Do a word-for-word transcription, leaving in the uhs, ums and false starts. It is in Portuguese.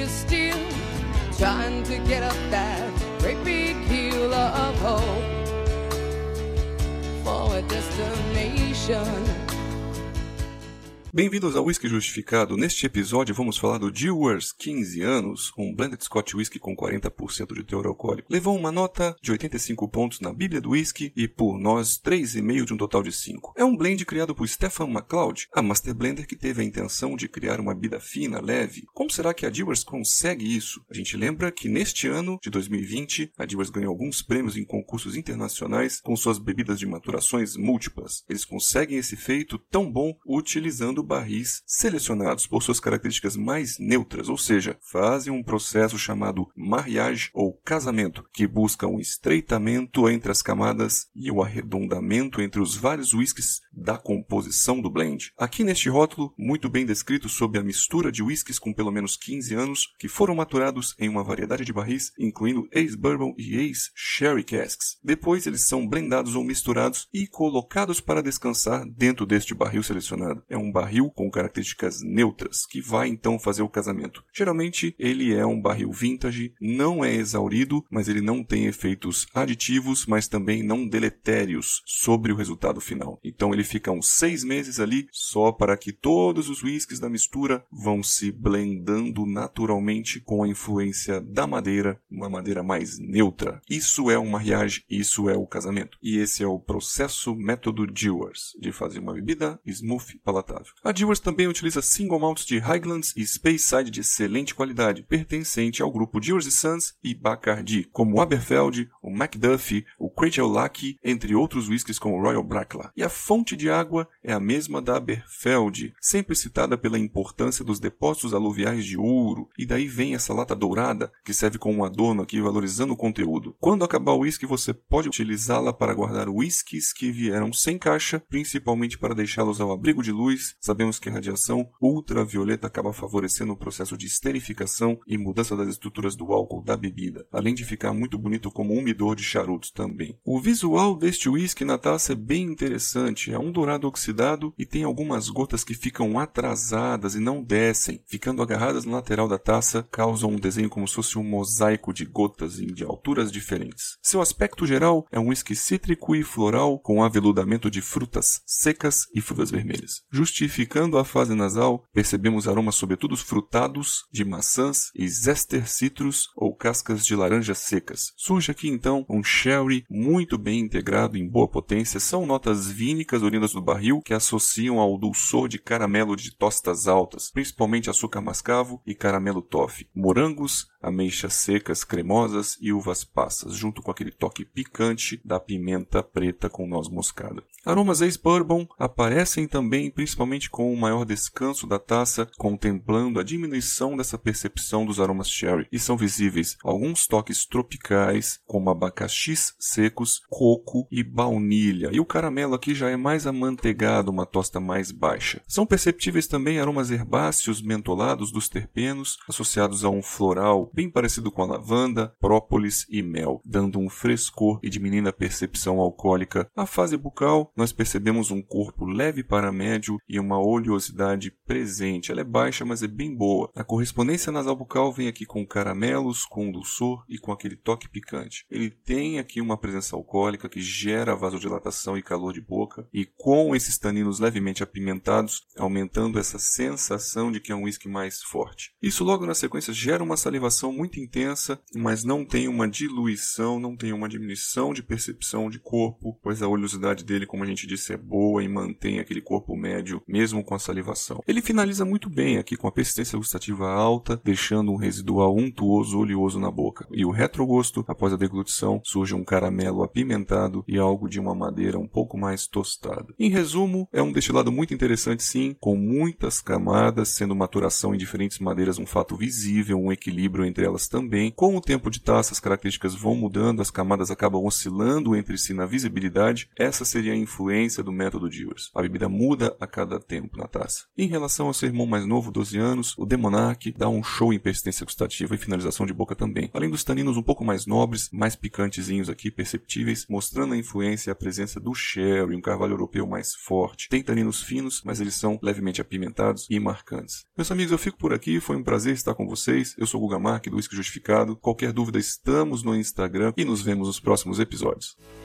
is still trying to get up that great big hill of hope for a destination. Bem-vindos ao Whisky Justificado. Neste episódio vamos falar do Dewar's quinze anos, um Blended Scotch Whisky com quarenta por cento de teor alcoólico. Levou uma nota de oitenta e cinco pontos na Bíblia do Whisky e por nós três vírgula cinco de um total de cinco. É um blend criado por Stephan MacLeod, a Master Blender que teve a intenção de criar uma bebida fina, leve. Como será que a Dewar's consegue isso? A gente lembra que neste ano de dois mil e vinte, a Dewar's ganhou alguns prêmios em concursos internacionais com suas bebidas de maturações múltiplas. Eles conseguem esse feito tão bom utilizando barris selecionados por suas características mais neutras, ou seja, fazem um processo chamado mariage ou casamento, que busca um estreitamento entre as camadas e o arredondamento entre os vários whiskies da composição do blend. Aqui neste rótulo, muito bem descrito sobre a mistura de whiskies com pelo menos quinze anos, que foram maturados em uma variedade de barris, incluindo Ace Bourbon e Ace Sherry Casks. Depois eles são blendados ou misturados e colocados para descansar dentro deste barril selecionado. É um barril com características neutras, que vai então fazer o casamento. Geralmente ele é um barril vintage, não é exaurido, mas ele não tem efeitos aditivos, mas também não deletérios sobre o resultado final. Então ele fica uns seis meses ali, só para que todos os whiskies da mistura vão se blendando naturalmente com a influência da madeira, uma madeira mais neutra. Isso é um mariage, isso é o casamento. E esse é o processo método Dewar's, de fazer uma bebida smooth, palatável. A Dewar's também utiliza single malts de Highlands e Speyside de excelente qualidade, pertencente ao grupo Dewar's Sons e Bacardi, como o Aberfeldy, o Macduff, o Cradle Lackey, entre outros whiskies como o Royal Bracla. E a fonte de água é a mesma da Aberfeldy, sempre citada pela importância dos depósitos aluviais de ouro, e daí vem essa lata dourada, que serve como um adorno aqui valorizando o conteúdo. Quando acabar o whisky, você pode utilizá-la para guardar whiskies que vieram sem caixa, principalmente para deixá-los ao abrigo de luz. Sabemos que a radiação ultravioleta acaba favorecendo o processo de esterificação e mudança das estruturas do álcool da bebida, além de ficar muito bonito como um umidor de charutos também. O visual deste whisky na taça é bem interessante, é um dourado oxidado e tem algumas gotas que ficam atrasadas e não descem, ficando agarradas no lateral da taça, causam um desenho como se fosse um mosaico de gotas de alturas diferentes. Seu aspecto geral é um whisky cítrico e floral com aveludamento de frutas secas e frutas vermelhas. Justificando a fase nasal, percebemos aromas sobretudo frutados de maçãs e zester citrus ou cascas de laranjas secas. Surge aqui então um sherry muito bem integrado em boa potência. São notas vínicas oriundas do barril que associam ao dulçor de caramelo de tostas altas, principalmente açúcar mascavo e caramelo toffee, morangos, ameixas secas cremosas e uvas passas, junto com aquele toque picante da pimenta preta com noz moscada. Aromas Ace Bourbon aparecem também principalmente com o maior descanso da taça, contemplando a diminuição dessa percepção dos aromas sherry, e são visíveis alguns toques tropicais, como abacaxis secos, coco e baunilha, e o caramelo aqui já é mais amanteigado, uma tosta mais baixa. São perceptíveis também aromas herbáceos mentolados dos terpenos, associados a um floral bem parecido com a lavanda, própolis e mel, dando um frescor e diminuindo a percepção alcoólica. Na fase bucal, nós percebemos um corpo leve para médio e uma oleosidade presente. Ela é baixa, mas é bem boa. A correspondência nasal bucal vem aqui com caramelos, com dulçor e com aquele toque picante. Ele tem aqui uma presença alcoólica que gera vasodilatação e calor de boca, e com esses taninos levemente apimentados, aumentando essa sensação de que é um whisky mais forte. Isso logo na sequência gera uma salivação muito intensa, mas não tem uma diluição, não tem uma diminuição de percepção de corpo, pois a oleosidade dele, como a gente disse, é boa e mantém aquele corpo médio, mesmo com a salivação. Ele finaliza muito bem aqui com a persistência gustativa alta, deixando um residual untuoso oleoso na boca. E o retrogosto, após a deglutição, surge um caramelo apimentado e algo de uma madeira um pouco mais tostada. Em resumo, é um destilado muito interessante sim, com muitas camadas, sendo maturação em diferentes madeiras um fato visível, um equilíbrio entre entre elas também. Com o tempo de taça, as características vão mudando, as camadas acabam oscilando entre si na visibilidade. Essa seria a influência do método Dewars. A bebida muda a cada tempo na taça. Em relação ao seu irmão mais novo, doze anos, o The Monarch dá um show em persistência gustativa e finalização de boca também. Além dos taninos um pouco mais nobres, mais picantezinhos aqui, perceptíveis, mostrando a influência e a presença do sherry, um carvalho europeu mais forte. Tem taninos finos, mas eles são levemente apimentados e marcantes. Meus amigos, eu fico por aqui. Foi um prazer estar com vocês. Eu sou o Guga Mark, do Whisky Justificado. Qualquer dúvida, estamos no Instagram e nos vemos nos próximos episódios.